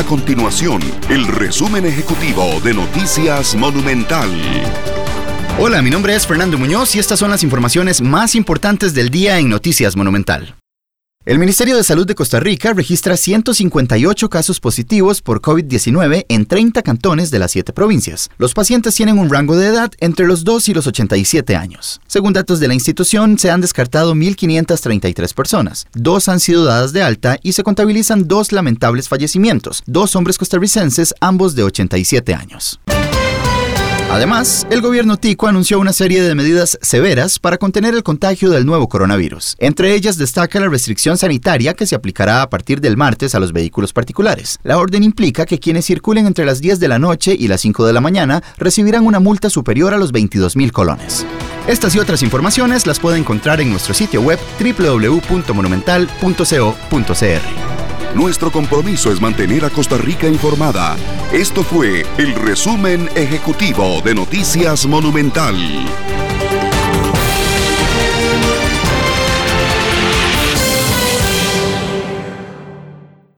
A continuación, el resumen ejecutivo de Noticias Monumental. Hola, mi nombre es Fernando Muñoz y estas son las informaciones más importantes del día en Noticias Monumental. El Ministerio de Salud de Costa Rica registra 158 casos positivos por COVID-19 en 30 cantones de las 7 provincias. Los pacientes tienen un rango de edad entre los 2 y los 87 años. Según datos de la institución, se han descartado 1.533 personas. 2 han sido dadas de alta y se contabilizan 2 lamentables fallecimientos. 2 hombres costarricenses, ambos de 87 años. Además, el gobierno tico anunció una serie de medidas severas para contener el contagio del nuevo coronavirus. Entre ellas destaca la restricción sanitaria que se aplicará a partir del martes a los vehículos particulares. La orden implica que quienes circulen entre las 10 de la noche y las 5 de la mañana recibirán una multa superior a los 22,000 colones. Estas y otras informaciones las puede encontrar en nuestro sitio web www.monumental.co.cr. Nuestro compromiso es mantener a Costa Rica informada. Esto fue el resumen ejecutivo de Noticias Monumental.